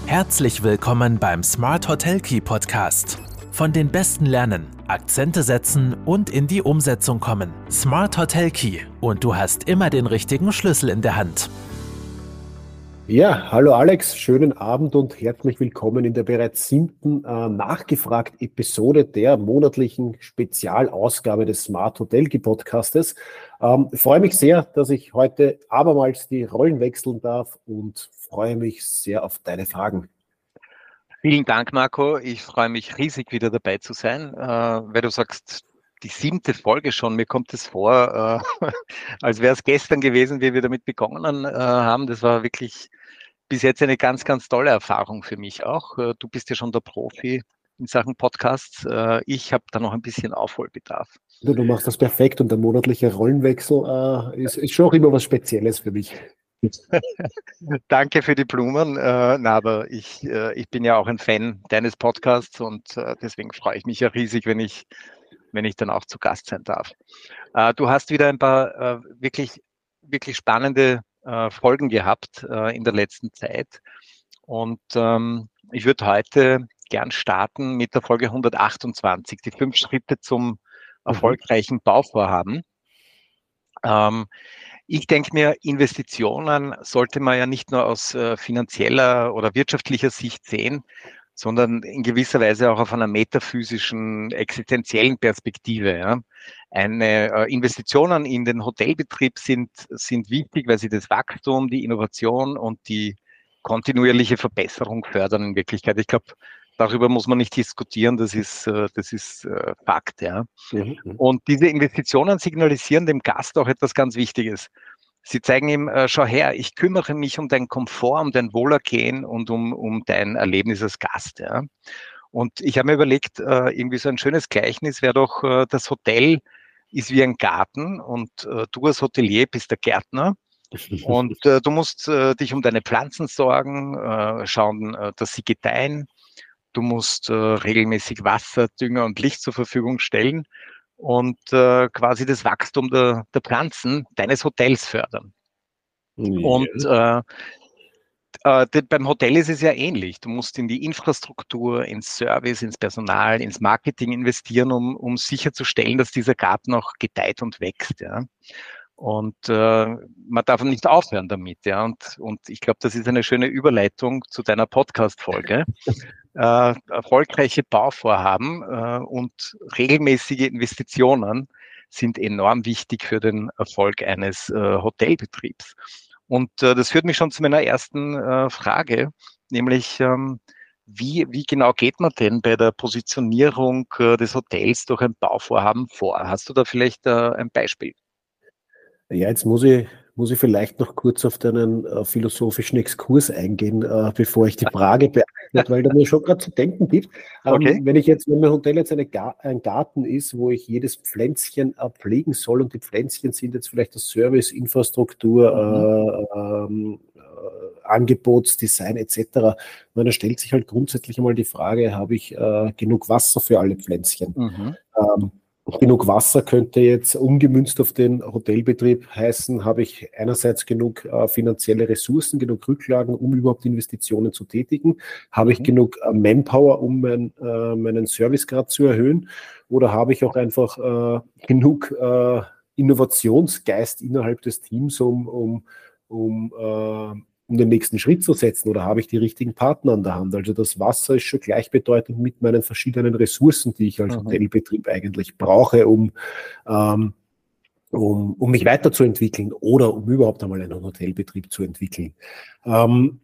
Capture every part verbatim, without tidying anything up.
Herzlich willkommen beim Smart Hotel Key Podcast. Von den Besten lernen, Akzente setzen und in die Umsetzung kommen. Smart Hotel Key und du hast immer den richtigen Schlüssel in der Hand. Ja, hallo Alex, schönen Abend und herzlich willkommen in der bereits siebten äh, Nachgefragt-Episode der monatlichen Spezialausgabe des Smart Hotel Key Podcastes. Ähm, ich freue mich sehr, dass ich heute abermals die Rollen wechseln darf und freue mich sehr auf deine Fragen. Vielen Dank, Marco. Ich freue mich riesig, wieder dabei zu sein, äh, weil du sagst, die siebte Folge schon. Mir kommt es vor, äh, als wäre es gestern gewesen, wie wir damit begonnen äh, haben. Das war wirklich bis jetzt eine ganz, ganz tolle Erfahrung für mich auch. Äh, du bist ja schon der Profi in Sachen Podcasts. Äh, ich habe da noch ein bisschen Aufholbedarf. Du, du machst das perfekt und der monatliche Rollenwechsel äh, ist, ist schon auch immer was Spezielles für mich. Danke für die Blumen. Äh, na, aber ich, äh, ich bin ja auch ein Fan deines Podcasts und äh, deswegen freue ich mich ja riesig, wenn ich wenn ich dann auch zu Gast sein darf. Äh, du hast wieder ein paar äh, wirklich, wirklich spannende äh, Folgen gehabt äh, in der letzten Zeit. Und ähm, ich würde heute gern starten mit der Folge hundertachtundzwanzig, die fünf Schritte zum erfolgreichen Bauvorhaben. Ähm, ich denke mir, Investitionen sollte man ja nicht nur aus äh, finanzieller oder wirtschaftlicher Sicht sehen, sondern in gewisser Weise auch auf einer metaphysischen, existenziellen Perspektive. Ja. Eine äh, Investitionen in den Hotelbetrieb sind, sind wichtig, weil sie das Wachstum, die Innovation und die kontinuierliche Verbesserung fördern in Wirklichkeit. Ich glaube, darüber muss man nicht diskutieren, das ist, äh, das ist äh, Fakt. Ja. Mhm. Und diese Investitionen signalisieren dem Gast auch etwas ganz Wichtiges. Sie zeigen ihm, äh, schau her, ich kümmere mich um deinen Komfort, um dein Wohlergehen und um, um dein Erlebnis als Gast. Ja. Und ich habe mir überlegt, äh, irgendwie so ein schönes Gleichnis wäre doch, äh, das Hotel ist wie ein Garten und äh, du als Hotelier bist der Gärtner. Und äh, du musst äh, dich um deine Pflanzen sorgen, äh, schauen, äh, dass sie gedeihen. Du musst äh, regelmäßig Wasser, Dünger und Licht zur Verfügung stellen und äh, quasi das Wachstum der, der Pflanzen deines Hotels fördern. Ja. Und äh, äh, beim Hotel ist es ja ähnlich. Du musst in die Infrastruktur, ins Service, ins Personal, ins Marketing investieren, um, um sicherzustellen, dass dieser Garten auch gedeiht und wächst. Ja. Und äh, man darf nicht aufhören damit. Ja. Und, und ich glaube, das ist eine schöne Überleitung zu deiner Podcast-Folge. Äh, erfolgreiche Bauvorhaben äh, und regelmäßige Investitionen sind enorm wichtig für den Erfolg eines äh, Hotelbetriebs. Und äh, das führt mich schon zu meiner ersten äh, Frage, nämlich ähm, wie, wie genau geht man denn bei der Positionierung äh, des Hotels durch ein Bauvorhaben vor? Hast du da vielleicht äh, ein Beispiel? Ja, jetzt muss ich, muss ich vielleicht noch kurz auf deinen äh, philosophischen Exkurs eingehen, äh, bevor ich die Frage beantworte, weil da mir schon gerade zu denken gibt. Ähm, Okay. Wenn ich jetzt, wenn mein Hotel jetzt eine Ga- ein Garten ist, wo ich jedes Pflänzchen äh, pflegen soll und die Pflänzchen sind jetzt vielleicht das Service, Infrastruktur, Mhm. äh, ähm, äh, Angebotsdesign et cetera, dann stellt sich halt grundsätzlich einmal die Frage, habe ich äh, genug Wasser für alle Pflänzchen? Mhm. Ähm, Genug Wasser könnte jetzt umgemünzt auf den Hotelbetrieb heißen, habe ich einerseits genug äh, finanzielle Ressourcen, genug Rücklagen, um überhaupt Investitionen zu tätigen? Habe ich Mhm. genug äh, Manpower, um mein, äh, meinen Servicegrad zu erhöhen? Oder habe ich auch einfach äh, genug äh, Innovationsgeist innerhalb des Teams, um, um, um äh, um den nächsten Schritt zu setzen, oder habe ich die richtigen Partner an der Hand? Also das Wasser ist schon gleichbedeutend mit meinen verschiedenen Ressourcen, die ich als Mhm. Hotelbetrieb eigentlich brauche, um, ähm, um, um mich weiterzuentwickeln oder um überhaupt einmal einen Hotelbetrieb zu entwickeln. Ähm,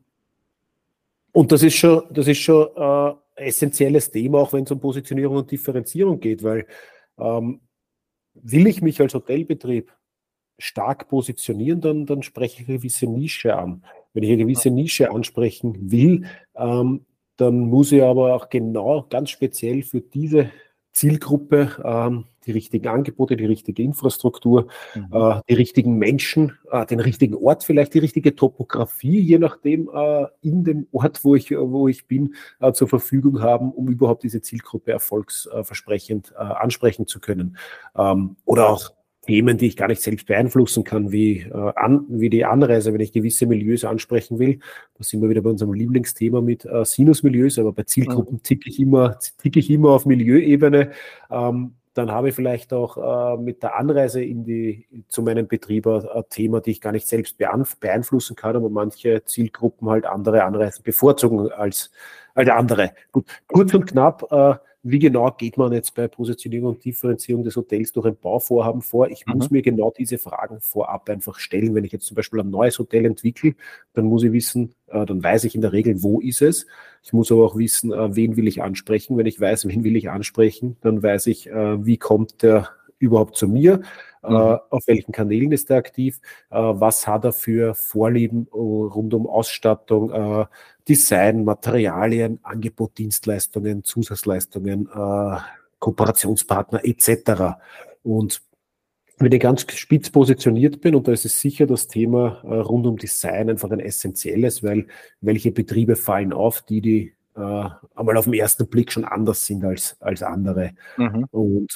und das ist schon, das ist schon äh, essentielles Thema, auch wenn es um Positionierung und Differenzierung geht, weil ähm, will ich mich als Hotelbetrieb stark positionieren, dann, dann spreche ich eine gewisse Nische an. Wenn ich eine gewisse Nische ansprechen will, ähm, dann muss ich aber auch genau ganz speziell für diese Zielgruppe ähm, die richtigen Angebote, die richtige Infrastruktur, Mhm. äh, die richtigen Menschen, äh, den richtigen Ort, vielleicht die richtige Topografie, je nachdem äh, in dem Ort, wo ich, wo ich bin, äh, zur Verfügung haben, um überhaupt diese Zielgruppe erfolgsversprechend äh, ansprechen zu können. Ähm, oder auch Themen, die ich gar nicht selbst beeinflussen kann, wie, äh, an, wie die Anreise, wenn ich gewisse Milieus ansprechen will. Da sind wir wieder bei unserem Lieblingsthema mit äh, Sinusmilieus, aber bei Zielgruppen Mhm. ticke ich immer, ticke ich immer auf Milieuebene. Ähm, dann habe ich vielleicht auch äh, mit der Anreise in die, zu meinem Betrieb ein, ein Thema, die ich gar nicht selbst beeinflussen kann, aber manche Zielgruppen halt andere Anreisen bevorzugen als, als andere. Gut, kurz und knapp, äh, wie genau geht man jetzt bei Positionierung und Differenzierung des Hotels durch ein Bauvorhaben vor? Ich muss Mhm. mir genau diese Fragen vorab einfach stellen. Wenn ich jetzt zum Beispiel ein neues Hotel entwickle, dann muss ich wissen, äh, dann weiß ich in der Regel, wo ist es. Ich muss aber auch wissen, äh, wen will ich ansprechen. Wenn ich weiß, wen will ich ansprechen, dann weiß ich, äh, wie kommt der überhaupt zu mir, äh, Mhm. auf welchen Kanälen ist er aktiv, äh, was hat er für Vorlieben äh, rund um Ausstattung, äh, Design, Materialien, Angebot, Dienstleistungen, Zusatzleistungen, äh, Kooperationspartner et cetera. Und wenn ich ganz spitz positioniert bin, und da ist es sicher das Thema äh, rund um Design einfach ein essentielles, weil welche Betriebe fallen auf, die, die äh, einmal auf den ersten Blick schon anders sind als, als andere. Mhm. Und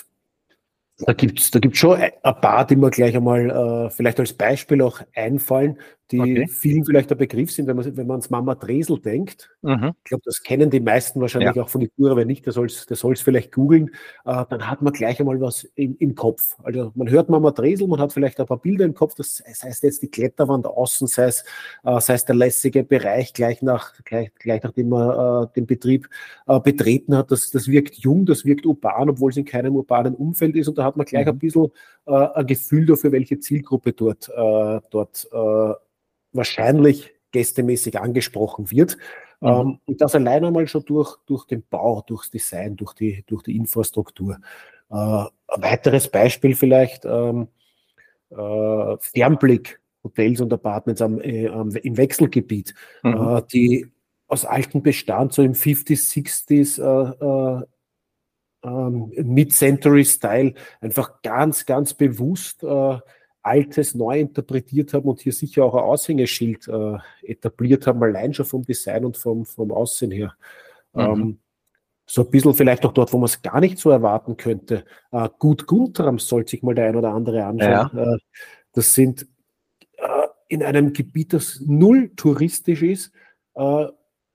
da gibt's da gibt's schon ein paar, die mir gleich einmal äh, vielleicht als Beispiel auch einfallen, die Okay. vielen vielleicht ein Begriff sind, wenn man, wenn man ans Mama Dresel denkt. Mhm. Ich glaube, das kennen die meisten Ja. wahrscheinlich auch von die Tour, wenn nicht, der soll es der soll's vielleicht googeln. Äh, dann hat man gleich einmal was im, im Kopf. Also man hört Mama Dresel, man hat vielleicht ein paar Bilder im Kopf, das heißt jetzt die Kletterwand außen, sei es, äh, sei es der lässige Bereich gleich, nach, gleich, gleich nachdem man äh, den Betrieb äh, betreten hat. Das, das wirkt jung, das wirkt urban, obwohl es in keinem urbanen Umfeld ist. Und da hat man gleich Mhm. ein bisschen äh, ein Gefühl dafür, welche Zielgruppe dort, äh, dort äh, wahrscheinlich gästemäßig angesprochen wird. Mhm. Ähm, und das allein einmal schon durch, durch den Bau, durchs Design, durch die, durch die Infrastruktur. Äh, ein weiteres Beispiel vielleicht, ähm, äh, Fernblick, Hotels und Apartments am, äh, am, im Wechselgebiet, Mhm. äh, die aus altem Bestand, so im fünfziger, sechziger, äh, äh, ähm, Mid-Century-Style, einfach ganz, ganz bewusst äh, Altes neu interpretiert haben und hier sicher auch ein Aushängeschild äh, etabliert haben, allein schon vom Design und vom, vom Aussehen her. Mhm. Ähm, so ein bisschen vielleicht auch dort, wo man es gar nicht so erwarten könnte. Äh, Gut Guntram sollte sich mal der ein oder andere anschauen. Ja. Äh, das sind äh, in einem Gebiet, das null touristisch ist, äh,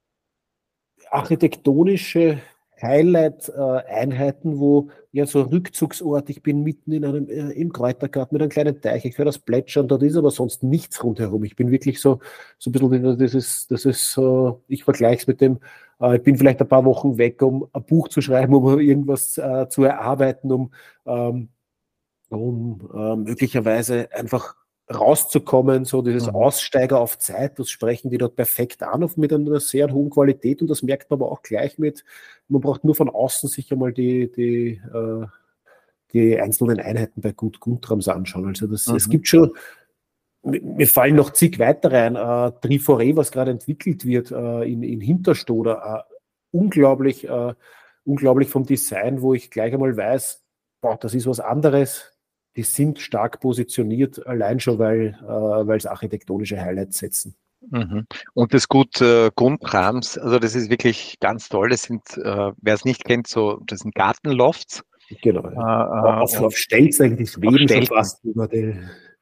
architektonische Highlight-Einheiten, wo ja so Rückzugsort, ich bin mitten in einem, äh, im Kräutergarten mit einem kleinen Teich, ich höre das Plätschern, dort ist aber sonst nichts rundherum. Ich bin wirklich so, so ein bisschen, das ist, das ist so, ich vergleiche es mit dem, äh, ich bin vielleicht ein paar Wochen weg, um ein Buch zu schreiben, um irgendwas äh, zu erarbeiten, um, ähm, um äh, möglicherweise einfach rauszukommen, so dieses Mhm. Aussteiger auf Zeit, das sprechen die dort perfekt an, auf, mit einer sehr hohen Qualität, und das merkt man aber auch gleich mit, man braucht nur von außen sich einmal die, die, äh, die einzelnen Einheiten bei Gut Guntrams anschauen. Also das, es Mhm. gibt schon, mir fallen noch zig weitere ein, äh, Triforé, was gerade entwickelt wird äh, in, in Hinterstoder, äh, unglaublich, äh, unglaublich vom Design, wo ich gleich einmal weiß, boah, das ist was anderes. Die sind stark positioniert, allein schon, weil, äh, weil es architektonische Highlights setzen. Mhm. Und das Gut äh, Guntrams, also das ist wirklich ganz toll. Das sind, äh, wer es nicht kennt, so, das sind Gartenlofts. Genau. Äh, Ja. äh, Auf, und auf Stelzen eigentlich, die auf schweben schon Stelzen. fast über die.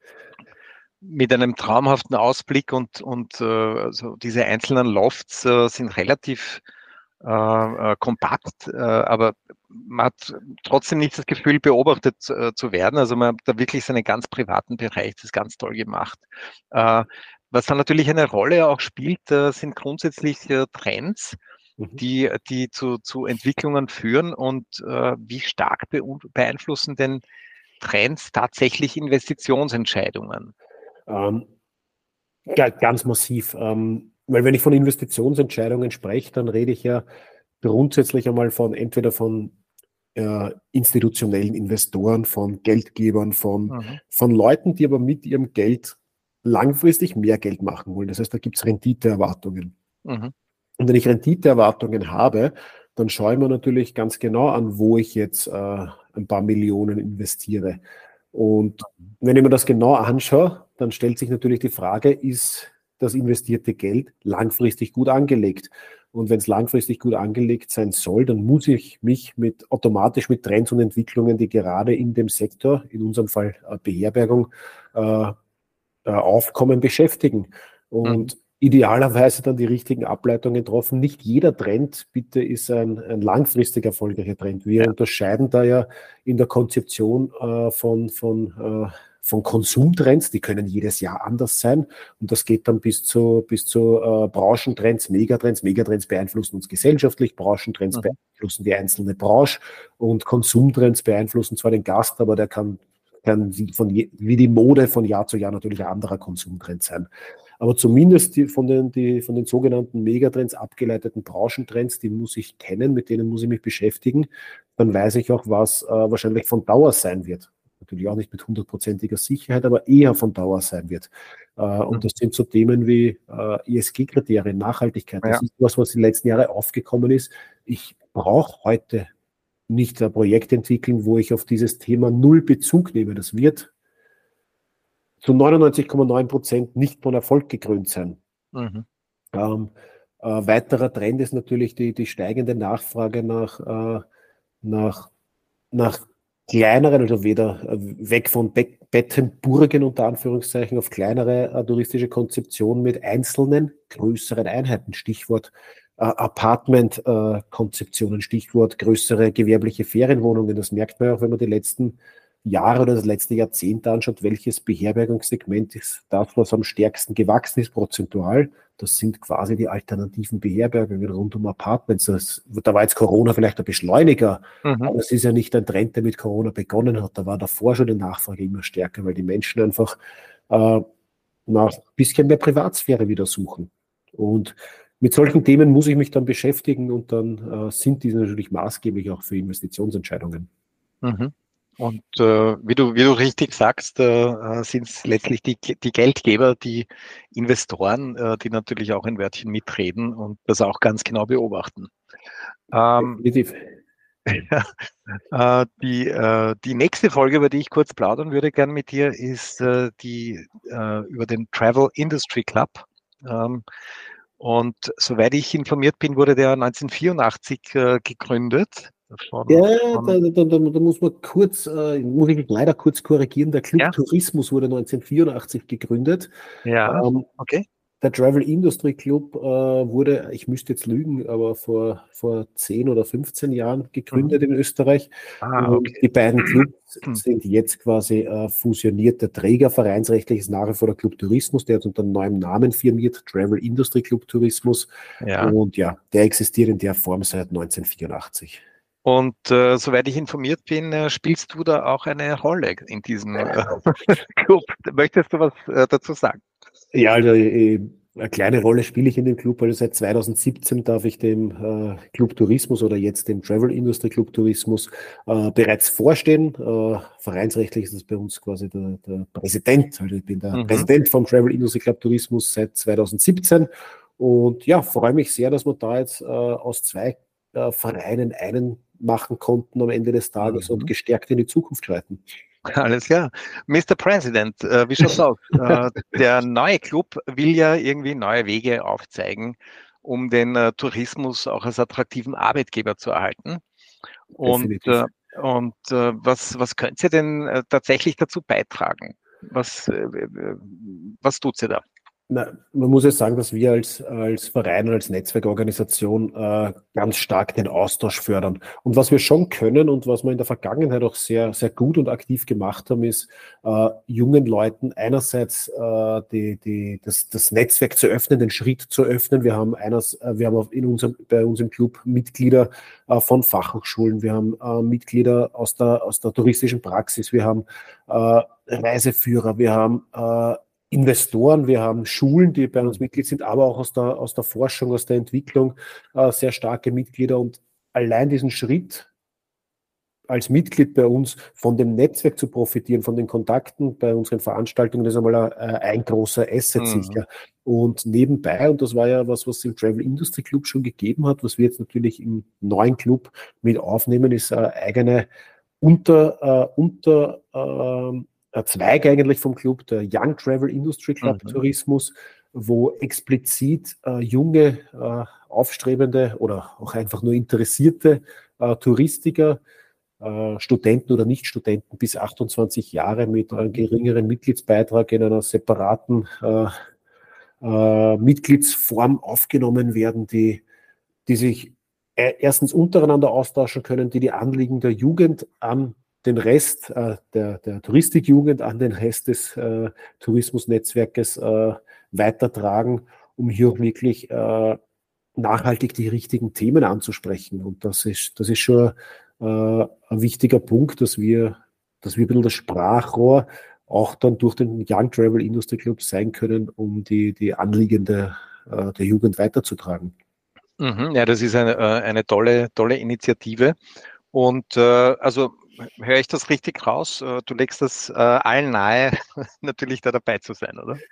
Mit einem traumhaften Ausblick und, und äh, also diese einzelnen Lofts äh, sind relativ äh, äh, kompakt, äh, aber man hat trotzdem nicht das Gefühl, beobachtet äh, zu werden. Also man hat da wirklich seinen ganz privaten Bereich, das ist ganz toll gemacht. Äh, was dann natürlich eine Rolle auch spielt, äh, sind grundsätzlich äh, Trends, Mhm. die, die zu, zu Entwicklungen führen und äh, wie stark beeinflussen denn Trends tatsächlich Investitionsentscheidungen? Ähm, ja, ganz massiv. Ähm, weil wenn ich von Investitionsentscheidungen spreche, dann rede ich ja grundsätzlich einmal von entweder von äh, institutionellen Investoren, von Geldgebern, von, Mhm. von Leuten, die aber mit ihrem Geld langfristig mehr Geld machen wollen. Das heißt, da gibt es Renditeerwartungen. Mhm. Und wenn ich Renditeerwartungen habe, dann schaue ich mir natürlich ganz genau an, wo ich jetzt äh, ein paar Millionen investiere. Und wenn ich mir das genau anschaue, dann stellt sich natürlich die Frage, ist das investierte Geld langfristig gut angelegt. Und wenn es langfristig gut angelegt sein soll, dann muss ich mich mit automatisch mit Trends und Entwicklungen, die gerade in dem Sektor, in unserem Fall äh, Beherbergung, äh, äh, aufkommen, beschäftigen. Und mhm. idealerweise dann die richtigen Ableitungen treffen. Nicht jeder Trend, bitte, ist ein, ein langfristig erfolgreicher Trend. Wir ja. unterscheiden da ja in der Konzeption äh, von, von äh, von Konsumtrends, die können jedes Jahr anders sein und das geht dann bis zu, bis zu äh, Branchentrends, Megatrends. Megatrends beeinflussen uns gesellschaftlich, Branchentrends mhm. beeinflussen die einzelne Branche und Konsumtrends beeinflussen zwar den Gast, aber der kann, kann wie, von je, wie die Mode von Jahr zu Jahr natürlich ein anderer Konsumtrend sein. Aber zumindest die, von, den, die, von den sogenannten Megatrends abgeleiteten Branchentrends, die muss ich kennen, mit denen muss ich mich beschäftigen, dann weiß ich auch, was äh, wahrscheinlich von Dauer sein wird. Natürlich auch nicht mit hundertprozentiger Sicherheit, aber eher von Dauer sein wird. Äh, und mhm. das sind so Themen wie äh, E S G-Kriterien, Nachhaltigkeit. Das ja. ist was, was in den letzten Jahren aufgekommen ist. Ich brauche heute nicht ein Projekt entwickeln, wo ich auf dieses Thema null Bezug nehme. Das wird zu neunundneunzig Komma neun Prozent nicht von Erfolg gekrönt sein. Mhm. Ähm, äh, weiterer Trend ist natürlich die, die steigende Nachfrage nach, äh, nach, nach kleineren, also weder weg von Be- Bettenburgen unter Anführungszeichen auf kleinere äh, touristische Konzeptionen mit einzelnen größeren Einheiten. Stichwort äh, Apartment-Konzeptionen, äh, Stichwort größere gewerbliche Ferienwohnungen. Das merkt man ja auch, wenn man die letzten Jahre oder das letzte Jahrzehnt anschaut, welches Beherbergungssegment ist das, was am stärksten gewachsen ist prozentual. Das sind quasi die alternativen Beherbergungen rund um Apartments. Das, da war jetzt Corona vielleicht ein Beschleuniger, mhm. aber es ist ja nicht ein Trend, der mit Corona begonnen hat. Da war davor schon die Nachfrage immer stärker, weil die Menschen einfach äh, nach ein bisschen mehr Privatsphäre wieder suchen. Und mit solchen Themen muss ich mich dann beschäftigen und dann äh, sind diese natürlich maßgeblich auch für Investitionsentscheidungen. Mhm. Und äh, wie du wie du richtig sagst, äh, sind es letztlich die, die Geldgeber, die Investoren, äh, die natürlich auch ein Wörtchen mitreden und das auch ganz genau beobachten. Ähm, Definitiv. äh, die, äh, die nächste Folge, über die ich kurz plaudern würde, gern mit dir, ist äh, die äh, über den Travel Industry Club. Ähm, und soweit ich informiert bin, wurde der neunzehnhundertvierundachtzig äh, gegründet. Von, ja, von da, da, da, da muss man kurz, äh, muss ich leider kurz korrigieren. Der Club ja? Tourismus wurde neunzehnhundertvierundachtzig gegründet. Ja, ähm, okay. Der Travel Industry Club äh, wurde, ich müsste jetzt lügen, aber vor, vor zehn oder fünfzehn Jahren gegründet mhm. in Österreich. Ah, und okay. die beiden Clubs sind jetzt quasi äh, fusionierte Träger. Vereinsrechtlich ist nach wie vor der Club Tourismus, der hat unter neuem Namen firmiert, Travel Industry Club Tourismus. Ja. Und ja, der existiert in der Form seit neunzehnhundertvierundachtzig. Und äh, soweit ich informiert bin, äh, spielst du da auch eine Rolle in diesem äh, Club. Möchtest du was äh, dazu sagen? Ja, also äh, eine kleine Rolle spiele ich in dem Club. Also seit zweitausendsiebzehn darf ich dem äh, Club Tourismus oder jetzt dem Travel Industry Club Tourismus äh, bereits vorstehen. Äh, vereinsrechtlich ist das bei uns quasi der, der Präsident. Also ich bin der mhm. Präsident vom Travel Industry Club Tourismus seit zweitausendsiebzehn. Und ja, freue mich sehr, dass wir da jetzt äh, aus zwei äh, Vereinen einen machen konnten am Ende des Tages mhm. und gestärkt in die Zukunft schreiten. Alles klar. Mister President, äh, wie schaut's aus? äh, der neue Club will ja irgendwie neue Wege aufzeigen, um den äh, Tourismus auch als attraktiven Arbeitgeber zu erhalten. Und, äh, und äh, was, was könnt ihr denn äh, tatsächlich dazu beitragen? Was, äh, was tut ihr da? Na, man muss ja sagen, dass wir als, als Verein, als Netzwerkorganisation äh, ganz stark den Austausch fördern. Und was wir schon können und was wir in der Vergangenheit auch sehr, sehr gut und aktiv gemacht haben, ist äh, jungen Leuten einerseits äh, die, die, das, das Netzwerk zu öffnen, den Schritt zu öffnen. Wir haben eines, äh, wir haben in unserem, bei uns im Club Mitglieder äh, von Fachhochschulen, wir haben äh, Mitglieder aus der, aus der touristischen Praxis, wir haben äh, Reiseführer, wir haben äh, Investoren, wir haben Schulen, die bei uns Mitglied sind, aber auch aus der, aus der Forschung, aus der Entwicklung äh, sehr starke Mitglieder. Und allein diesen Schritt als Mitglied bei uns von dem Netzwerk zu profitieren, von den Kontakten bei unseren Veranstaltungen, das ist einmal ein, ein großer Asset mhm. sicher. Und nebenbei, und das war ja was, was es im Travel Industry Club schon gegeben hat, was wir jetzt natürlich im neuen Club mit aufnehmen, ist eine eigene unter, äh, unter äh, ein Zweig eigentlich vom Club, der Young Travel Industry Club mhm. Tourismus, wo explizit äh, junge, äh, aufstrebende oder auch einfach nur interessierte äh, Touristiker, äh, Studenten oder Nicht-Studenten bis achtundzwanzig Jahre mit einem geringeren Mitgliedsbeitrag in einer separaten äh, äh, Mitgliedsform aufgenommen werden, die, die sich äh, erstens untereinander austauschen können, die die Anliegen der Jugend an den Rest äh, der, der Touristikjugend, an den Rest des äh, Tourismusnetzwerkes äh, weitertragen, um hier auch wirklich äh, nachhaltig die richtigen Themen anzusprechen. Und das ist, das ist schon äh, ein wichtiger Punkt, dass wir, dass wir ein bisschen das Sprachrohr auch dann durch den Young Travel Industry Club sein können, um die, die Anliegen der, äh, der Jugend weiterzutragen. Mhm, ja, das ist eine, eine tolle, tolle Initiative. Und äh, also höre ich das richtig raus? Du legst das äh, allen nahe, natürlich da dabei zu sein, oder?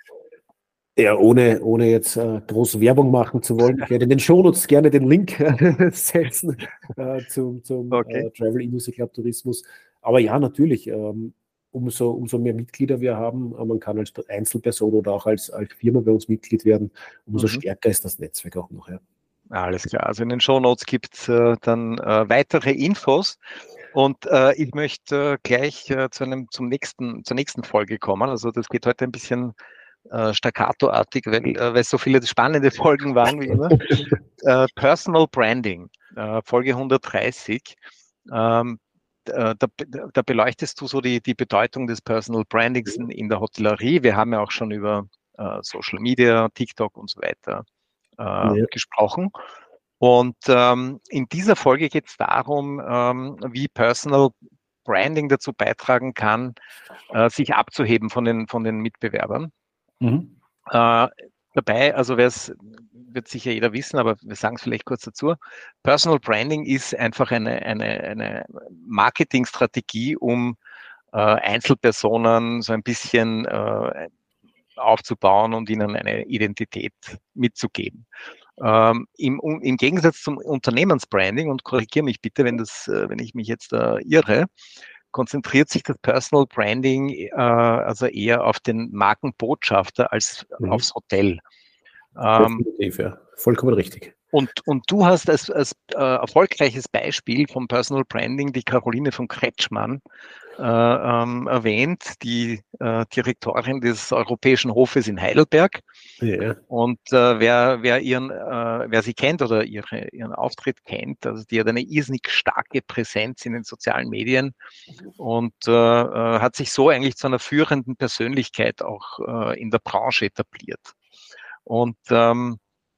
Ja, ohne, ohne jetzt äh, groß Werbung machen zu wollen. Ich werde in den Shownotes gerne den Link äh, setzen äh, zum, zum Okay. äh, Travel Industry Club Tourismus. Aber ja, natürlich, ähm, umso, umso mehr Mitglieder wir haben, äh, man kann als Einzelperson oder auch als, als Firma bei uns Mitglied werden, umso mhm. stärker ist das Netzwerk auch noch. Ja. Alles klar. Also in den Shownotes gibt es äh, dann äh, weitere Infos. Und äh, ich möchte äh, gleich äh, zu einem, zum nächsten, zur nächsten Folge kommen. Also das geht heute ein bisschen äh, staccatoartig, weil, äh, weil es so viele spannende Folgen waren wie immer. äh, Personal Branding, äh, Folge hundertdreißig. Ähm, da, da beleuchtest du so die, die Bedeutung des Personal Brandings in, in der Hotellerie. Wir haben ja auch schon über äh, Social Media, TikTok und so weiter äh, ja. gesprochen. Und ähm, in dieser Folge geht es darum, ähm, wie Personal Branding dazu beitragen kann, äh, sich abzuheben von den, von den Mitbewerbern. Mhm. Äh, dabei, also wer's, wird sicher jeder wissen, aber wir sagen es vielleicht kurz dazu. Personal Branding ist einfach eine, eine, eine Marketingstrategie, um äh, Einzelpersonen so ein bisschen äh, aufzubauen und ihnen eine Identität mitzugeben. Ähm, im, Im Gegensatz zum Unternehmensbranding, und korrigiere mich bitte, wenn, das, wenn ich mich jetzt äh, irre, konzentriert sich das Personal Branding äh, also eher auf den Markenbotschafter als mhm. aufs Hotel. Definitiv, ähm, ja. Vollkommen richtig. Und, und du hast als, als äh, erfolgreiches Beispiel vom Personal Branding die Caroline von Kretschmann äh, ähm, erwähnt, die äh, Direktorin des Europäischen Hofes in Heidelberg. Ja. Und äh, wer, wer, ihren, äh, wer sie kennt oder ihre, ihren Auftritt kennt, also die hat eine irrsinnig starke Präsenz in den sozialen Medien und äh, äh, hat sich so eigentlich zu einer führenden Persönlichkeit auch äh, in der Branche etabliert. Und ähm,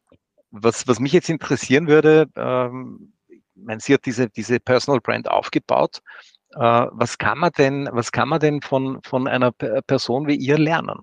was, was mich jetzt interessieren würde, ähm, ich meine, sie hat diese, diese Personal Brand aufgebaut. Äh, was kann man denn, was kann man denn von, von einer P- Person wie ihr lernen?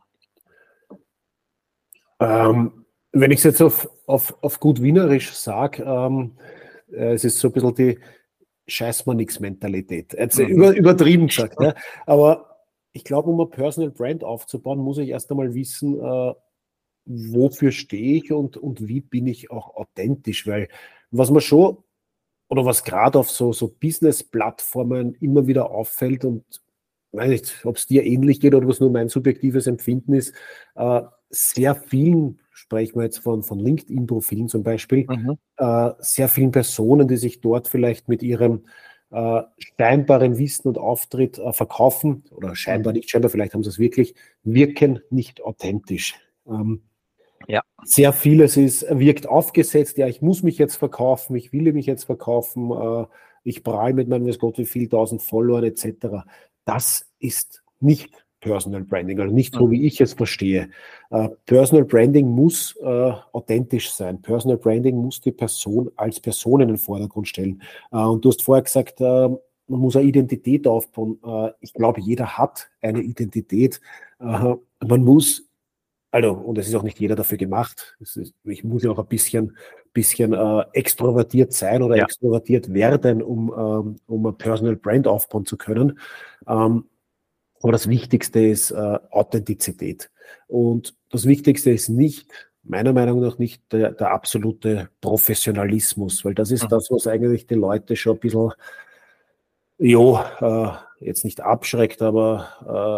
Ähm, wenn ich es jetzt auf, auf, auf gut Wienerisch sage, ähm, äh, es ist so ein bisschen die Scheiß-mal-nix-Mentalität. Jetzt mhm. über, übertrieben gesagt. Ja. Aber ich glaube, um eine Personal Brand aufzubauen, muss ich erst einmal wissen, äh, wofür stehe ich und, und wie bin ich auch authentisch, weil was man schon oder was gerade auf so, so Business-Plattformen immer wieder auffällt und ich weiß nicht, ob es dir ähnlich geht oder was nur mein subjektives Empfinden ist, äh, sehr vielen, sprechen wir jetzt von, von LinkedIn-Profilen zum Beispiel, mhm. äh, sehr vielen Personen, die sich dort vielleicht mit ihrem äh, scheinbaren Wissen und Auftritt äh, verkaufen oder scheinbar mhm. nicht scheinbar, vielleicht haben sie es wirklich, wirken nicht authentisch. Ähm, Ja. Sehr vieles ist, wirkt aufgesetzt, ja, ich muss mich jetzt verkaufen, ich will mich jetzt verkaufen, äh, ich prahle mit meinem, weiß Gott, wie viel tausend Followern et cetera. Das ist nicht Personal Branding, also nicht so, wie ich es verstehe. Äh, Personal Branding muss äh, authentisch sein. Personal Branding muss die Person als Person in den Vordergrund stellen. Äh, und du hast vorher gesagt, äh, man muss eine Identität aufbauen. Äh, ich glaube, jeder hat eine Identität. Äh, man muss Also, und es ist auch nicht jeder dafür gemacht. Es ist, ich muss ja auch ein bisschen, bisschen äh, extrovertiert sein oder ja. extrovertiert werden, um, ähm, um ein Personal Brand aufbauen zu können. Ähm, aber das Wichtigste ist äh, Authentizität. Und das Wichtigste ist nicht, meiner Meinung nach, nicht der, der absolute Professionalismus, weil das ist mhm. das, was eigentlich die Leute schon ein bisschen, jo, äh, jetzt nicht abschreckt, aber äh,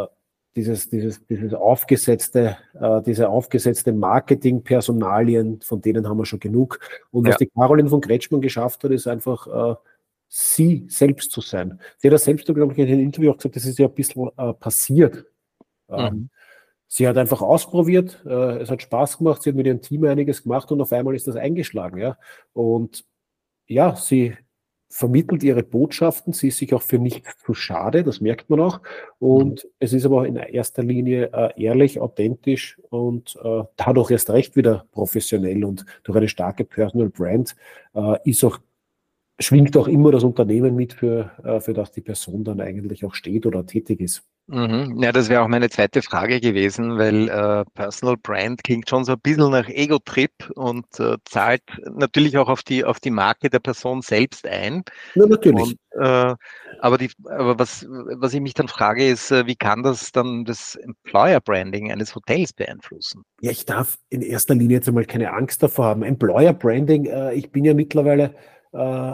dieses, dieses, dieses aufgesetzte, äh, diese aufgesetzte Marketing-Personalien, von denen haben wir schon genug. Und was Ja. die Caroline von Kretschmann geschafft hat, ist einfach, äh, sie selbst zu sein. Sie hat das selbst, glaube ich, in einem Interview auch gesagt, das ist ja ein bisschen äh, passiert. Ähm, Mhm. Sie hat einfach ausprobiert, äh, es hat Spaß gemacht, sie hat mit ihrem Team einiges gemacht und auf einmal ist das eingeschlagen. Ja? Und ja, sie vermittelt ihre Botschaften, sie ist sich auch für nichts zu schade, das merkt man auch. Und Mhm. es ist aber in erster Linie äh, ehrlich, authentisch und äh, dadurch erst recht wieder professionell und durch eine starke Personal Brand äh, ist auch, schwingt auch immer das Unternehmen mit, für, äh, für das die Person dann eigentlich auch steht oder tätig ist. Mhm. Ja, das wäre auch meine zweite Frage gewesen, weil äh, Personal Brand klingt schon so ein bisschen nach Ego-Trip und äh, zahlt natürlich auch auf die, auf die Marke der Person selbst ein. Ja, natürlich. Und, äh, aber die, aber was, was ich mich dann frage, ist, äh, wie kann das dann das Employer Branding eines Hotels beeinflussen? Ja, ich darf in erster Linie jetzt einmal keine Angst davor haben. Employer Branding, äh, ich bin ja mittlerweile äh,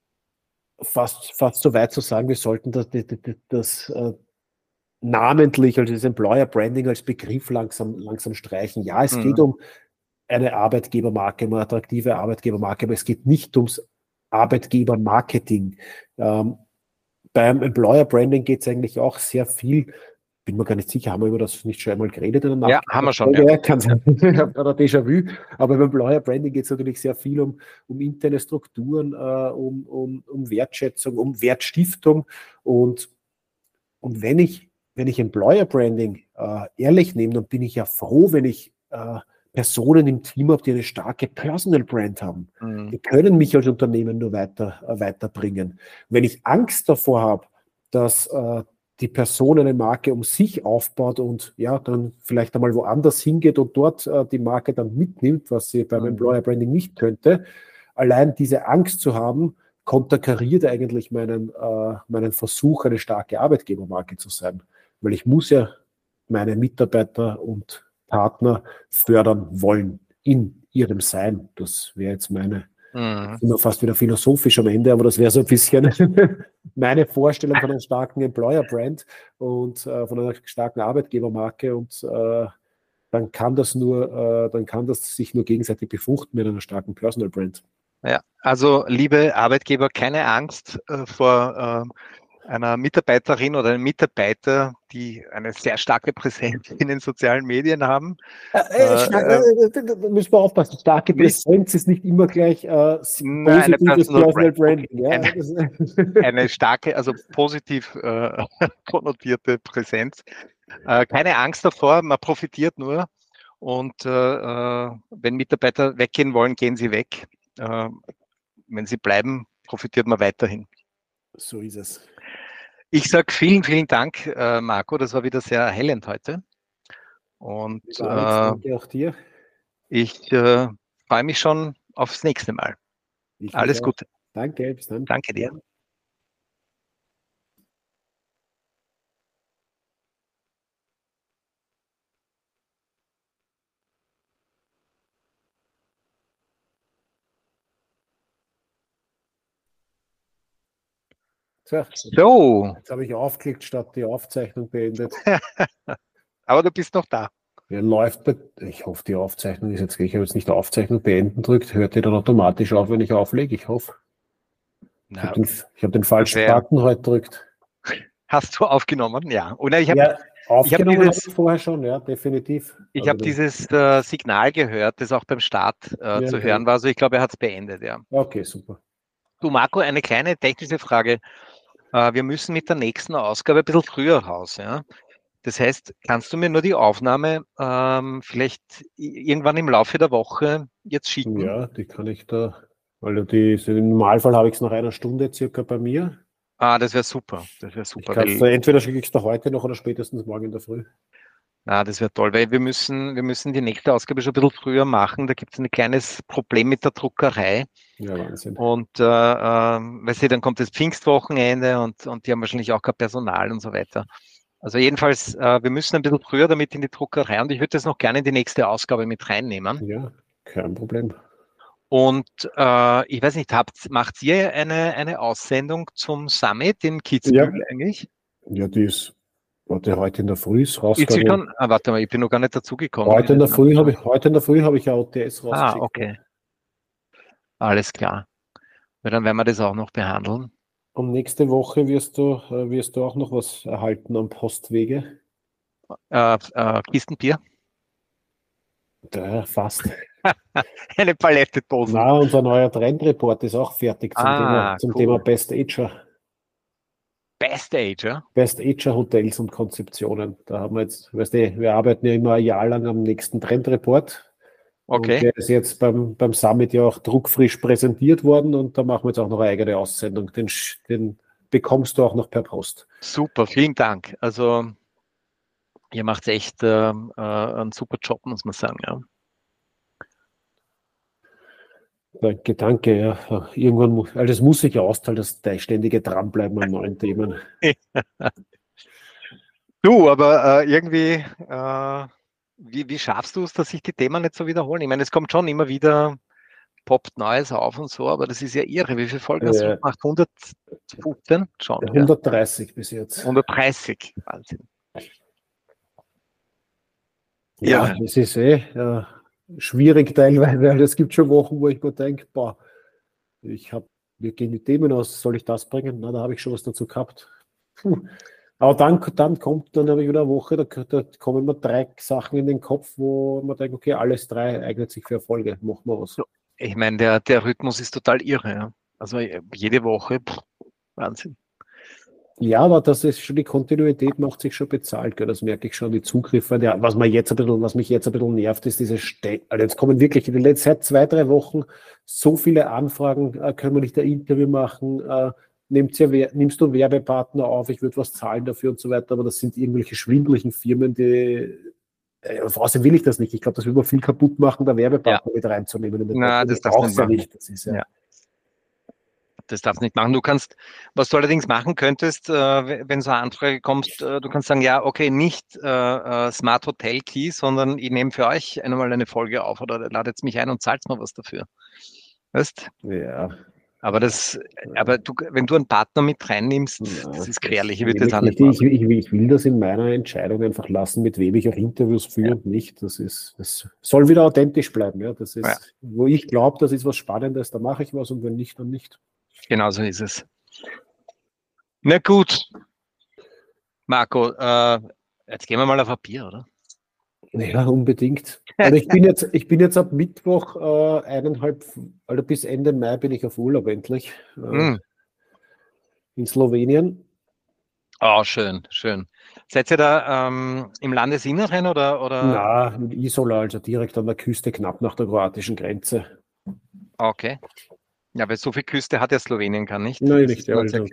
fast, fast so weit zu sagen, wir sollten das, das, das, das äh, namentlich, also das Employer Branding als Begriff langsam, langsam streichen. Ja, es geht Mhm. um eine Arbeitgebermarke, eine attraktive Arbeitgebermarke, aber es geht nicht ums Arbeitgebermarketing. Ähm, beim Employer Branding geht es eigentlich auch sehr viel, bin mir gar nicht sicher, haben wir über das nicht schon einmal geredet in der Ja, Nacht? haben wir schon, ja. Ja, kann sein. Ich habe gerade ein Déjà-vu. Aber beim Employer Branding geht es natürlich sehr viel um, um interne Strukturen, äh, um, um, um Wertschätzung, um Wertstiftung. Und, und wenn ich, wenn ich Employer Branding äh, ehrlich nehme, dann bin ich ja froh, wenn ich äh, Personen im Team habe, die eine starke Personal Brand haben. Mhm. Die können mich als Unternehmen nur weiter, äh, weiterbringen. Wenn ich Angst davor habe, dass äh, die Person eine Marke um sich aufbaut und ja, dann vielleicht einmal woanders hingeht und dort äh, die Marke dann mitnimmt, was sie beim Mhm. Employer Branding nicht könnte. Allein diese Angst zu haben, konterkariert eigentlich meinen, äh, meinen Versuch, eine starke Arbeitgebermarke zu sein. Weil ich muss ja meine Mitarbeiter und Partner fördern wollen in ihrem Sein. Das wäre jetzt meine, Mhm. sind wir fast wieder philosophisch am Ende, aber das wäre so ein bisschen meine Vorstellung von einer starken Employer-Brand und äh, von einer starken Arbeitgebermarke und äh, dann kann das nur, äh, dann kann das sich nur gegenseitig befruchten mit einer starken Personal-Brand. Ja, also liebe Arbeitgeber, keine Angst äh, vor äh, einer Mitarbeiterin oder einem Mitarbeiter, die eine sehr starke Präsenz in den sozialen Medien haben. Äh, äh, stark, Äh, äh, da, da müssen wir aufpassen. Starke nicht Präsenz ist nicht immer gleich äh, na, eine positives Personal Personal Brand. Branding. Okay. Ja? Eine, Das, eine starke, also positiv äh, konnotierte Präsenz. Äh, keine Angst davor, man profitiert nur. Und äh, äh, wenn Mitarbeiter weggehen wollen, gehen sie weg. Äh, wenn sie bleiben, profitiert man weiterhin. so ist es. Ich sage vielen, vielen Dank, äh, Marco. Das war wieder sehr erhellend heute. Und Lieber Alex, äh, danke auch dir. ich äh, freue mich schon aufs nächste Mal. Ich mich Alles auch. Gute. Danke, bis dann. Danke dir. So, jetzt, So, jetzt habe ich aufgeklickt, statt die Aufzeichnung beendet. aber du bist noch da. Ja, läuft bei, ich hoffe, die Aufzeichnung ist jetzt, ich habe jetzt nicht Aufzeichnung beenden drückt, hört die dann automatisch auf, wenn ich auflege? Ich hoffe. Ich Na, habe den, ich hab den falschen wär, Button heute gedrückt. hast du aufgenommen? Ja. Oder ich habe Ja, ich hab aufgenommen habe dieses, ich vorher schon, ja, definitiv. ich Also hab das, dieses äh, Signal gehört, das auch beim Start äh, ja, zu ja. hören war. Also ich glaube, er hat es beendet, ja. Okay, super. Du, Marco, eine kleine technische Frage. Äh, wir müssen mit der nächsten Ausgabe ein bisschen früher raus, ja. Das heißt, kannst du mir nur die Aufnahme ähm, vielleicht irgendwann im Laufe der Woche jetzt schicken? Ja, die kann ich da, also die, so im Normalfall habe ich es nach einer Stunde circa bei mir. Ah, das wäre super. Das wäre Ich super, kann es weil, entweder schicke ich es da heute noch oder spätestens morgen in der Früh. ah, das wäre toll, weil wir müssen, wir müssen die nächste Ausgabe schon ein bisschen früher machen. Da gibt es ein kleines Problem mit der Druckerei. Ja, Wahnsinn. Und äh, äh, weißt du, dann kommt das Pfingstwochenende und, und die haben wahrscheinlich auch kein Personal und so weiter. Also jedenfalls, äh, wir müssen ein bisschen früher damit in die Druckerei und ich würde das noch gerne in die nächste Ausgabe mit reinnehmen. Ja, kein Problem. Und äh, ich weiß nicht, habt, macht ihr eine, eine Aussendung zum Summit in Ja, Kitzbühel eigentlich? ja, die ist Warte, heute in der Früh ist Ist sie rausgegangen. schon? Ah, warte mal, ich bin noch gar nicht dazugekommen. Heute in der Früh habe ich, heute in der Früh habe ich ein O T S Ah, rausgeschickt. okay. Alles klar. Ja, dann werden wir das auch noch behandeln. Und nächste Woche wirst du, äh, wirst du auch noch was erhalten am Postwege. Äh, äh, Kistenbier. Ja, fast. Eine Palette Dosen. Na, unser neuer Trendreport ist auch fertig zum, Ah, Thema, zum cool. Thema Best Ager. Best Age, ja? Best Ager Hotels und Konzeptionen. Da haben wir jetzt, weißt du, wir arbeiten ja immer ein Jahr lang am nächsten Trendreport. Okay. Und der ist jetzt beim, beim Summit ja auch druckfrisch präsentiert worden und da machen wir jetzt auch noch eine eigene Aussendung. Den, den bekommst du auch noch per Post. Super, vielen Dank. Also ihr macht echt äh, äh, einen super Job, muss man sagen. Ja. Danke, danke. Ja. Irgendwann muss, also das muss sich ja austeilen, das ständige Dranbleiben an neuen Themen. Du, aber äh, irgendwie, äh, wie, wie schaffst du es, dass sich die Themen nicht so wiederholen? Ich meine, es kommt schon immer wieder, poppt Neues auf und so, aber das ist ja irre. Wie viele Folgen hast du Äh, gemacht? hundertfünfzehn? Schon, ja. hundertdreißig bis jetzt. hundertdreißig. Wahnsinn. Ja, Irre. es ist eh äh, schwierig teilweise, weil es gibt schon Wochen, wo ich mir denke, boah, ich habe, wir gehen die Themen aus, soll ich das bringen? Na, da habe ich schon was dazu gehabt. Puh. Aber dann, dann kommt, dann habe ich wieder eine Woche, da, da kommen mir drei Sachen in den Kopf, wo man denkt, okay, alles drei eignet sich für Erfolge, machen wir was. Ich meine, der, der Rhythmus ist total irre. Ja. Also jede Woche, pff, Wahnsinn. Ja, aber das ist schon, die Kontinuität macht sich schon bezahlt, gell? Das merke ich schon, die Zugriffe. Ja, was, mir jetzt ein bisschen, was mich jetzt ein bisschen nervt, ist diese Ste also jetzt kommen wirklich in den letzten, seit zwei, drei Wochen so viele Anfragen, äh, können wir nicht ein Interview machen, äh, nimmst, ja, nimmst du Werbepartner auf, ich würde was zahlen dafür und so weiter, aber das sind irgendwelche schwindlichen Firmen, die, äh, außerdem will ich das nicht. Ich glaube, das würde man viel kaputt machen, da Werbepartner ja. mit reinzunehmen. Na, das brauchst du ja nicht. Das ist ja, ja. Das darfst du nicht machen. Du kannst, was du allerdings machen könntest, äh, wenn so eine Anfrage kommt, äh, du kannst sagen, ja, okay, nicht äh, Smart Hotel Key, sondern ich nehme für euch einmal eine Folge auf oder ladet mich ein und zahlt mal was dafür. Weißt? Ja. Aber das, aber du, wenn du einen Partner mit reinnimmst, ja, das ist gefährlich. Ich, will das ich, auch nicht ich, ich, ich will das in meiner Entscheidung einfach lassen, mit wem ich auch Interviews führe ja. und nicht. Das ist, das soll wieder authentisch bleiben. Ja, das ist, ja. wo ich glaube, das ist was Spannendes, da mache ich was und wenn nicht, dann nicht. Genau so ist es. Na gut, Marco, äh, jetzt gehen wir mal auf ein Bier, oder? Ja, unbedingt. Also ich bin jetzt, ich bin jetzt ab Mittwoch äh, eineinhalb, also bis Ende Mai bin ich auf Urlaub endlich äh, mm. in Slowenien. Oh, schön, schön. Seid ihr da ähm, im Landesinneren oder, oder? Na, in Isola, also direkt an der Küste, knapp nach der kroatischen Grenze. Okay. Ja, weil so viel Küste hat ja Slowenien gar nicht. Nein, das nicht. Ja, also.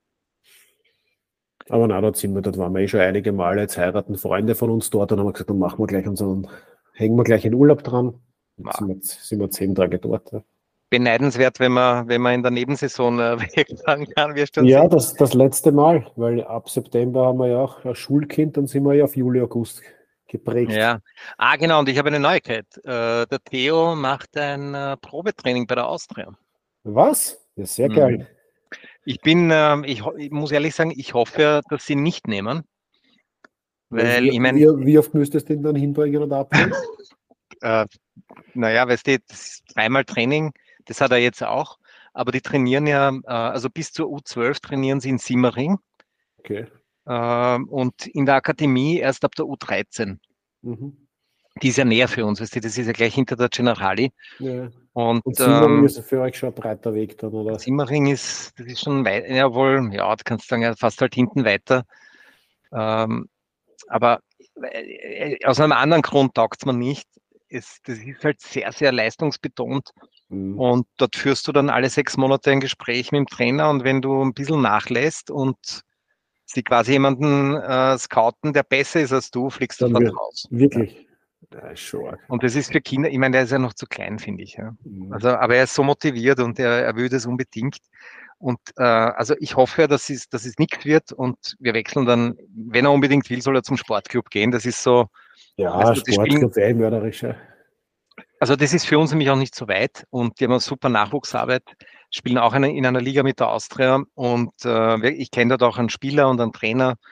Aber na, dort sind wir, dort waren wir eh schon einige Male. Jetzt heiraten Freunde von uns dort und haben wir gesagt, dann machen wir gleich unseren, hängen wir gleich in Urlaub dran. Jetzt wow. sind, wir, sind wir zehn Tage dort. Ja. Beneidenswert, wenn man, wenn man in der Nebensaison äh, wegfahren kann. Wir schon ja, das, das letzte Mal, weil ab September haben wir ja auch ein Schulkind, dann sind wir ja auf Juli, August geprägt. Ja, ah genau, und ich habe eine Neuigkeit. Äh, der Theo macht ein äh, Probetraining bei der Austria. Was? Ja, sehr mhm. geil. Ich bin, äh, ich, ich muss ehrlich sagen, ich hoffe, dass sie nicht nehmen. Weil wie, ich meine. Wie, wie oft müsstest du den dann hinbringen und abholen? äh, naja, weißt du, das ist dreimal Training, das hat er jetzt auch. Aber die trainieren ja, äh, also bis zur U zwölf trainieren sie in Simmering. Okay. Äh, und in der Akademie erst ab der U dreizehn. Mhm. Die ist ja näher für uns, weißt du, das ist ja gleich hinter der Generali. Ja. Und, und Simmering ähm, ist für euch schon ein breiter Weg dann, oder? Simmering ist, das ist schon weit, ja wohl, ja, du kannst sagen, ja, fast halt hinten weiter. Ähm, aber äh, aus einem anderen Grund taugt es mir nicht. Es, das ist halt sehr, sehr leistungsbetont. Mhm. Und dort führst du dann alle sechs Monate ein Gespräch mit dem Trainer und wenn du ein bisschen nachlässt und sie quasi jemanden äh, scouten, der besser ist als du, fliegst du dort raus. Wirklich? Ja, sure. Und das ist für Kinder, ich meine, der ist ja noch zu klein, finde ich. Ja. Mhm. Also, aber er ist so motiviert und er, er will das unbedingt. Und äh, also ich hoffe, dass es, dass es nichts wird und wir wechseln dann, wenn er unbedingt will, soll er zum Sportclub gehen. Das ist so. Ja, weißt du, Sportclub wäre mörderisch. Also das ist für uns nämlich auch nicht so weit und die haben eine super Nachwuchsarbeit, spielen auch eine, in einer Liga mit der Austria und äh, ich kenne dort auch einen Spieler und einen Trainer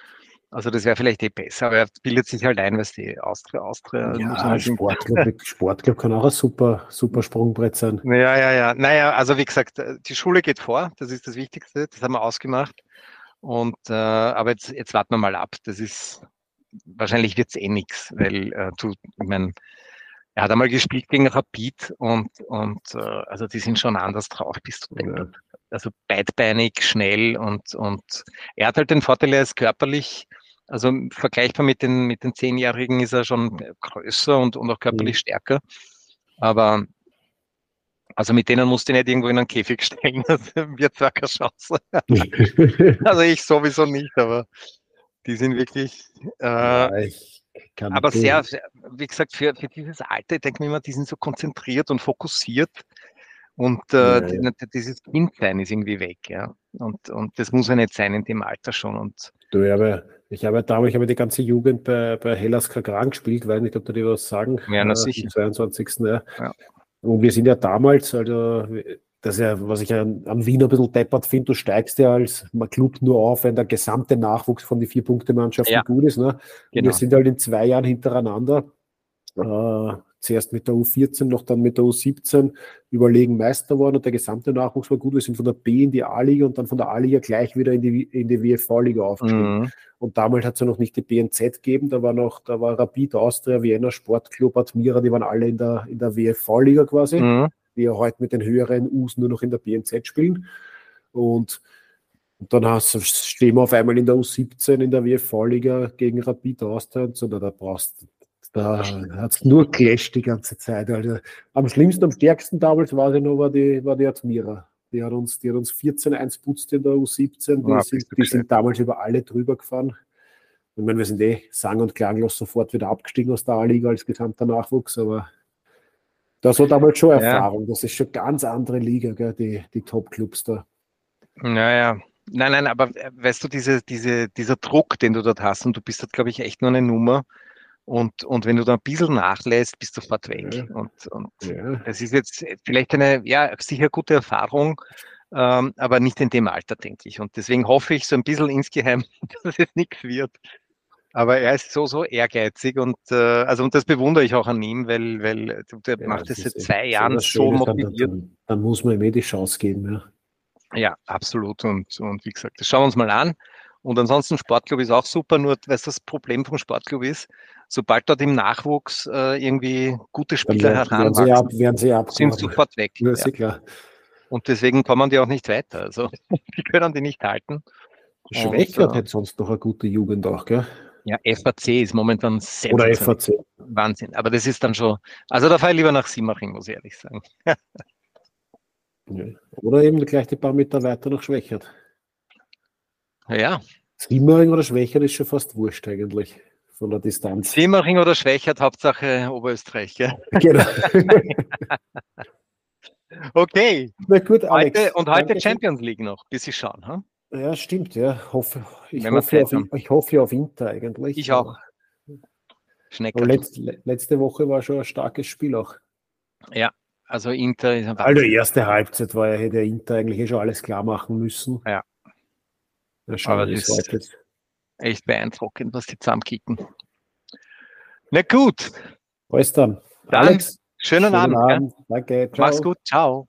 Also das wäre vielleicht eh besser, aber er bildet sich halt ein, weil es die Austria, Austria Ja, muss man halt Sportclub, Sportclub kann auch ein super, super Sprungbrett sein. Ja, ja, ja. Naja, also wie gesagt, die Schule geht vor, das ist das Wichtigste, das haben wir ausgemacht. Und äh, aber jetzt, jetzt warten wir mal ab. Das ist wahrscheinlich wird es eh nichts, weil äh, du, ich meine, er hat einmal gespielt gegen Rapid und, und äh, also die sind schon anders drauf, bist du Ja. Also beidbeinig, schnell und, und er hat halt den Vorteil, er ist körperlich, also vergleichbar mit den, mit den Zehnjährigen ist er schon größer und, und auch körperlich Mhm. stärker. Aber also mit denen musst du nicht irgendwo in einen Käfig stellen, das wird zwar keine Chance. Also ich sowieso nicht, aber die sind wirklich, äh, Ja, ich kann aber du- sehr, sehr, wie gesagt, für, für dieses Alter, ich denke mir immer, die sind so konzentriert und fokussiert und äh, Ja, die- ja. dieses Kindsein ist irgendwie weg, ja. Und, und das muss ja nicht sein in dem Alter schon. Und Du, ich habe, ich habe damals, ich habe die ganze Jugend bei, bei Hellas Kagran gespielt, weiß nicht, ob du dir was sagen, ja, na äh, sicher. am zweiundzwanzigsten Ja. Ja. Und wir sind ja damals, also das ist ja, was ich an, am Wien ein bisschen deppert finde, du steigst ja als Club nur auf, wenn der gesamte Nachwuchs von den Vier-Punkte-Mannschaften Ja, gut ist. Ne? Und genau. wir sind halt in zwei Jahren hintereinander, äh, zuerst mit der U vierzehn, noch dann mit der U siebzehn überlegen Meister geworden und der gesamte Nachwuchs war gut. Wir sind von der B in die A-Liga und dann von der A-Liga gleich wieder in die, in die W F V-Liga aufgestiegen. Mhm. Und damals hat es ja noch nicht die B N Z gegeben, da war noch, da war Rapid, Austria, Vienna, Sportclub, Admira, die waren alle in der, in der W F V-Liga quasi, Mhm. die ja heute mit den höheren U's nur noch in der B N Z spielen. Und, und dann hast, stehen wir auf einmal in der U siebzehn in der W F V-Liga gegen Rapid Austria und so, da, da brauchst da hat es nur clasht die ganze Zeit. Also, am schlimmsten, am stärksten damals war sie noch, war die, war die Admira. Die hat uns, die hat uns vierzehn eins putzt in der U siebzehn. Die, Ah, sind, bist du die gescheit. sind damals über alle drüber gefahren. Ich meine, wir sind eh sang- und klanglos sofort wieder abgestiegen aus der A-Liga als gesamter Nachwuchs, aber das war damals schon Ja. Erfahrung. Das ist schon eine ganz andere Liga, gell, die, die Top-Clubs da. Naja, nein, nein, aber äh, weißt du, diese, diese, dieser Druck, den du dort hast, und du bist dort, glaube ich, echt nur eine Nummer. Und, und wenn du da ein bisschen nachlässt, bist du sofort weg. Ja. Und, und Ja. das ist jetzt vielleicht eine, ja, sicher gute Erfahrung, ähm, aber nicht in dem Alter, denke ich. Und deswegen hoffe ich so ein bisschen insgeheim, dass es nichts wird. Aber er ist so, so ehrgeizig und äh, also und das bewundere ich auch an ihm, weil, weil der Ja, macht das das ist seit eh- zwei das ist Jahren das so Schöne, dann, motiviert. dann, dann muss man ihm eh die Chance geben. Ja. Ja, absolut. Und, und wie gesagt, das schauen wir uns mal an. Und ansonsten Sportclub ist auch super, nur weißt du, das Problem vom Sportclub ist, sobald dort im Nachwuchs äh, irgendwie gute Dann Spieler werden, werden sie ab, heranwachsen, werden sie sind abgeworben. sofort weg. Ja, ist Ja. eh klar. Und deswegen kommen die auch nicht weiter. Also die können die nicht halten. Und, Schwächert äh, hat sonst noch eine gute Jugend auch, gell? ja, F A C ist momentan Oder sensationell. F A C. Wahnsinn. Aber das ist dann schon, also da fahre ich lieber nach Simmering, muss ich ehrlich sagen. Ja. Oder eben gleich die paar Meter weiter nach Schwächert. Ja, Simmering oder Schwächert ist schon fast wurscht eigentlich von der Distanz. Simmering oder Schwächert, Hauptsache Oberösterreich. Ja. Genau. Okay, Na gut, Alex. heute, und heute danke schön. Champions League noch, bis sie schauen. Hm? Ja, stimmt, ja. Hoffe, ich, Wenn wir hoffe auf, Zeit haben. ich hoffe auf Inter eigentlich. Ich auch. Aber Schnecker. letzte, letzte Woche war schon ein starkes Spiel auch. Ja, also Inter ist ein Also Wahnsinn. erste Halbzeit war ja, hätte der Inter eigentlich eh schon alles klar machen müssen. Ja. Ja, schauen Aber wir, wie das es ist weitergeht. echt beeindruckend, was die zusammenkicken. Na gut, Alles dann. Dann Alex, schönen, Abend. Gell? Abend. Danke. Ciao. Mach's gut. Ciao.